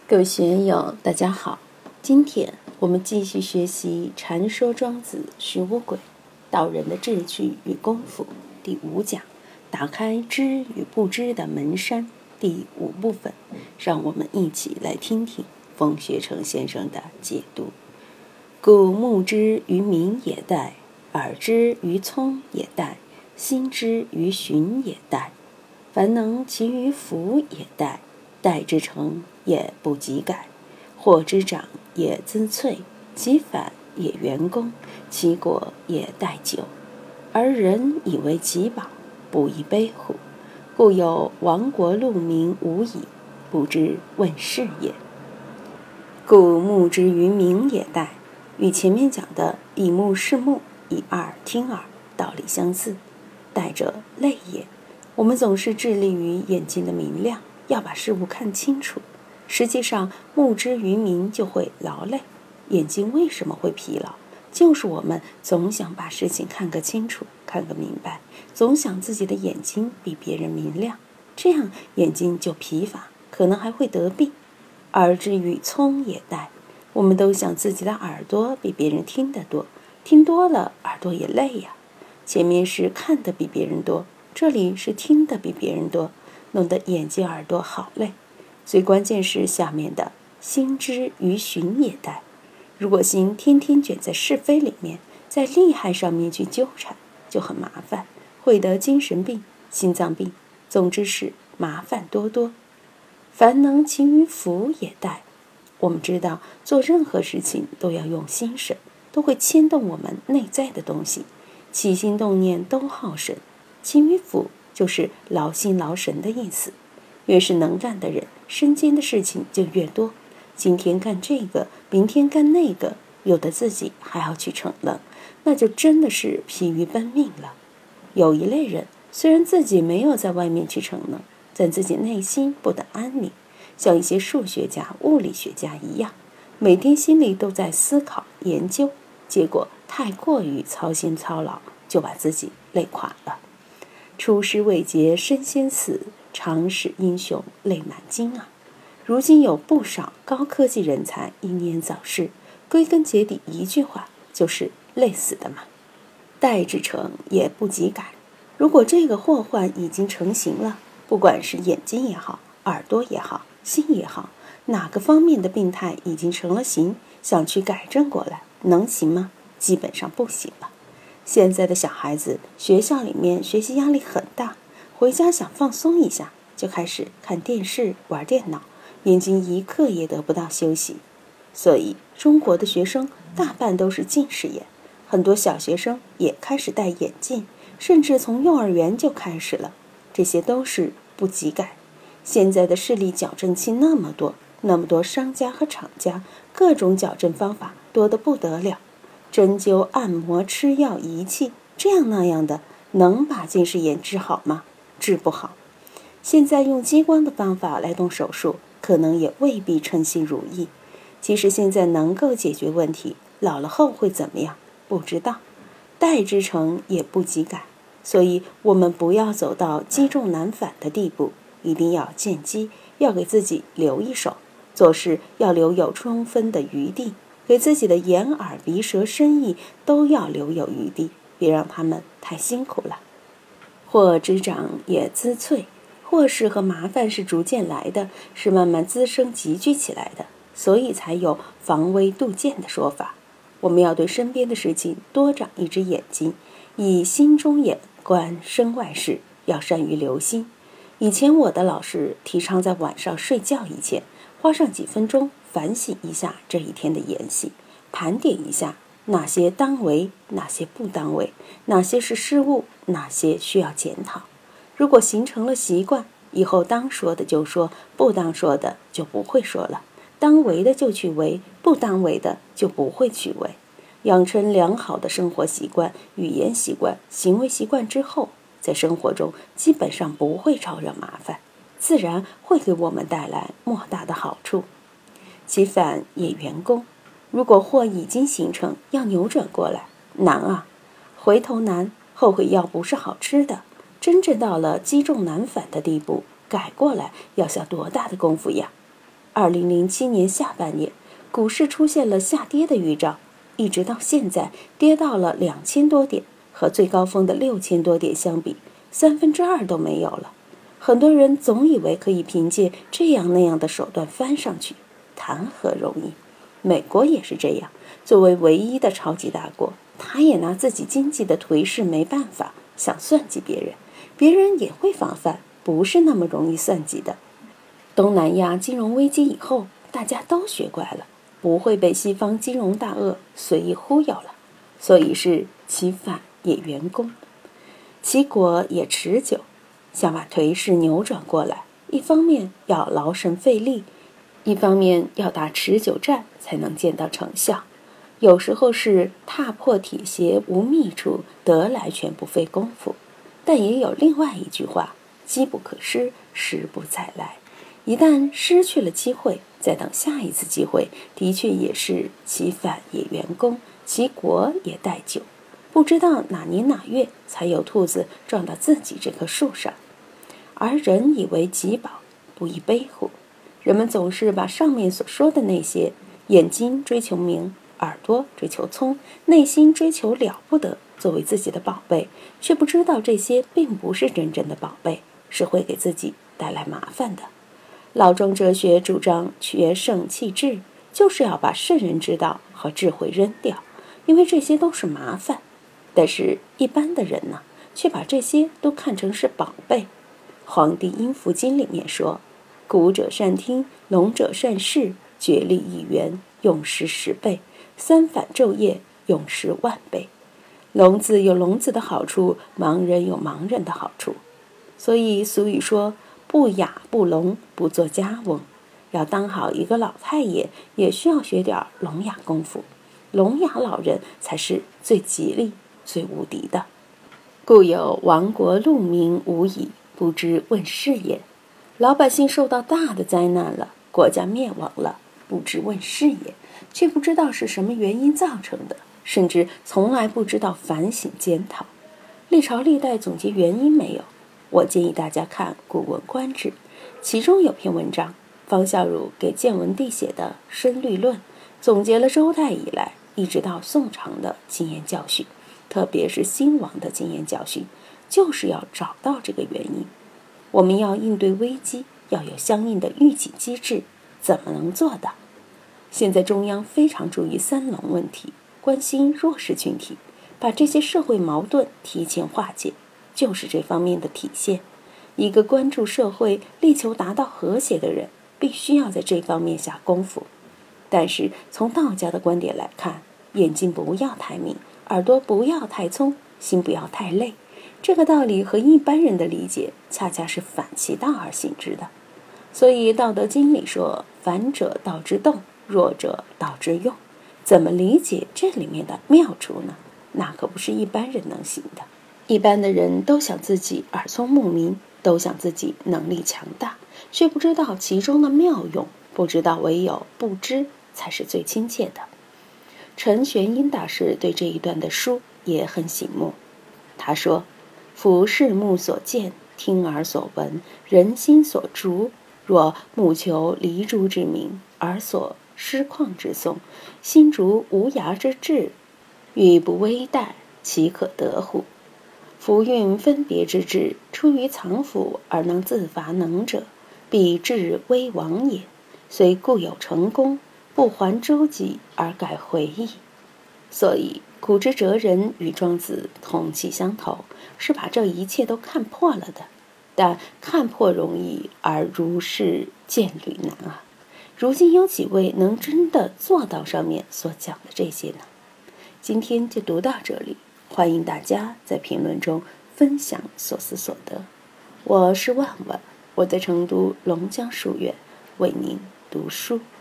各位学友大家好，今天我们继续学习禅说庄子徐无鬼道人的志趣与功夫第5讲，打开知与不知的门山第5部分，让我们一起来听听冯学成先生的解读。故目之于明也殆，耳之于聪也殆，心之于寻也殆，凡能其于福也殆，殆之成也不及改，祸之长也滋萃，其反也圆功，其果也待久，而人以为其宝，不亦悲乎？故有亡国戮民无已，不知问世也。故目之于明也殆，与前面讲的以目视目，以耳听耳道理相似。殆者累也，我们总是致力于眼睛的明亮，要把事物看清楚，实际上目之于明就会劳累。眼睛为什么会疲劳？就是我们总想把事情看个清楚，看个明白，总想自己的眼睛比别人明亮，这样眼睛就疲乏，可能还会得病。耳之于聪也殆，我们都想自己的耳朵比别人听得多，听多了耳朵也累呀。前面是看得比别人多，这里是听得比别人多，弄得眼睛耳朵好累。最关键是下面的心之于寻也殆，如果心天天卷在是非里面，在利害上面去纠缠，就很麻烦，会得精神病、心脏病，总之是麻烦多多。凡能其于福也殆，我们知道做任何事情都要用心神，都会牵动我们内在的东西，起心动念都耗神，其于福就是劳心劳神的意思。越是能干的人，身间的事情就越多，今天干这个，明天干那个，有的自己还要去逞能，那就真的是疲于奔命了。有一类人，虽然自己没有在外面去逞能，但自己内心不得安宁，像一些数学家、物理学家一样，每天心里都在思考研究，结果太过于操心操劳，就把自己累垮了。出师未捷身先死，常使英雄泪满襟啊！如今有不少高科技人才英年早逝，归根结底一句话，就是累死的嘛。殆之成也不及改，如果这个祸患已经成型了，不管是眼睛也好，耳朵也好，心也好，哪个方面的病态已经成了形，想去改正过来，能行吗？基本上不行了。现在的小孩子学校里面学习压力很大，回家想放松一下，就开始看电视玩电脑，眼睛一刻也得不到休息。所以中国的学生大半都是近视眼，很多小学生也开始戴眼镜，甚至从幼儿园就开始了，这些都是不及改。现在的视力矫正器那么多，那么多商家和厂家，各种矫正方法多得不得了，针灸、按摩、吃药、仪器，这样那样的，能把近视眼治好吗？治不好。现在用激光的方法来动手术，可能也未必称心如意。其实现在能够解决问题，老了后会怎么样？不知道。殆之成也不及改，所以我们不要走到积重难返的地步，一定要见机，要给自己留一手，做事要留有充分的余地，给自己的眼耳鼻舌身意都要留有余地，别让他们太辛苦了。祸之长也滋萃，祸事和麻烦是逐渐来的，是慢慢滋生集聚起来的，所以才有防微杜渐的说法。我们要对身边的事情多长一只眼睛，以心中眼观身外事，要善于留心。以前我的老师提倡在晚上睡觉以前，花上几分钟反省一下这一天的言行，盘点一下哪些当为，哪些不当为，哪些是失误，哪些需要检讨。如果形成了习惯，以后当说的就说，不当说的就不会说了，当为的就去为，不当为的就不会去为。养成良好的生活习惯、语言习惯、行为习惯之后，在生活中基本上不会招惹麻烦，自然会给我们带来莫大的好处。其反也圆功，如果祸已经形成，要扭转过来难啊，回头难，后悔药不是好吃的。真正到了积重难返的地步，改过来要下多大的功夫呀？ 2007年下半年，股市出现了下跌的预兆，一直到现在跌到了2000多点，和最高峰的6000多点相比，2/3都没有了。很多人总以为可以凭借这样那样的手段翻上去，谈何容易？美国也是这样，作为唯一的超级大国，他也拿自己经济的颓势没办法，想算计别人，别人也会防范，不是那么容易算计的。东南亚金融危机以后，大家都学乖了，不会被西方金融大鳄随意忽悠了，所以是其反也圆功，其果也持久。想把颓势扭转过来，一方面要劳神费力，一方面要打持久战才能见到成效。有时候是踏破铁鞋无觅处，得来全不费工夫。但也有另外一句话，机不可失，时不再来。一旦失去了机会，再等下一次机会，的确也是其反也圆功，其果也待久。不知道哪年哪月才有兔子撞到自己这棵树上。而人以为己宝，不亦悲乎？人们总是把上面所说的那些眼睛追求名，耳朵追求聪，内心追求了不得作为自己的宝贝，却不知道这些并不是真正的宝贝，是会给自己带来麻烦的。老庄哲学主张绝圣弃智，就是要把圣人之道和智慧扔掉，因为这些都是麻烦。但是一般的人呢，却把这些都看成是宝贝。《黄帝阴符经》里面说，古者善听，聋者善视，觉力1元，用时10倍，三反昼夜，用时万倍。聋子有聋子的好处，盲人有盲人的好处。所以俗语说，不哑不聋，不做家翁。要当好一个老太爷，也需要学点聋哑功夫。聋哑老人才是最吉利、最无敌的。故有亡国戮民无已，不知问世也。老百姓受到大的灾难了，国家灭亡了，不知问世也，却不知道是什么原因造成的，甚至从来不知道反省检讨。历朝历代总结原因没有？我建议大家看《古文观止》，其中有篇文章，方孝孺给建文帝写的《申律论》，总结了周代以来一直到宋朝的经验教训，特别是兴亡的经验教训，就是要找到这个原因。我们要应对危机，要有相应的预警机制，怎么能做到？现在中央非常注意三农问题，关心弱势群体，把这些社会矛盾提前化解，就是这方面的体现。一个关注社会、力求达到和谐的人，必须要在这方面下功夫。但是从道家的观点来看，眼睛不要太明，耳朵不要太聪，心不要太累。这个道理和一般人的理解恰恰是反其道而行之的。所以《道德经》里说，反者道之动，弱者道之用。怎么理解这里面的妙处呢？那可不是一般人能行的。一般的人都想自己耳聪目明，都想自己能力强大，却不知道其中的妙用，不知道唯有不知才是最亲切的。陈玄英大师对这一段的书也很醒目，他说，夫视目所见，听耳所闻，人心所逐，若目求离珠之明，耳所失旷之颂，心逐无涯之志，欲不微殆，其可得乎？夫运分别之志，出于藏府而能自伐能者，必志危亡也。虽固有成功，不还周己而改回矣。所以古之哲人与庄子同气相投，是把这一切都看破了的。但看破容易，而如是见履难啊！如今有几位能真的做到上面所讲的这些呢？今天就读到这里，欢迎大家在评论中分享所思所得。我是万万，我在成都龙江书院为您读书。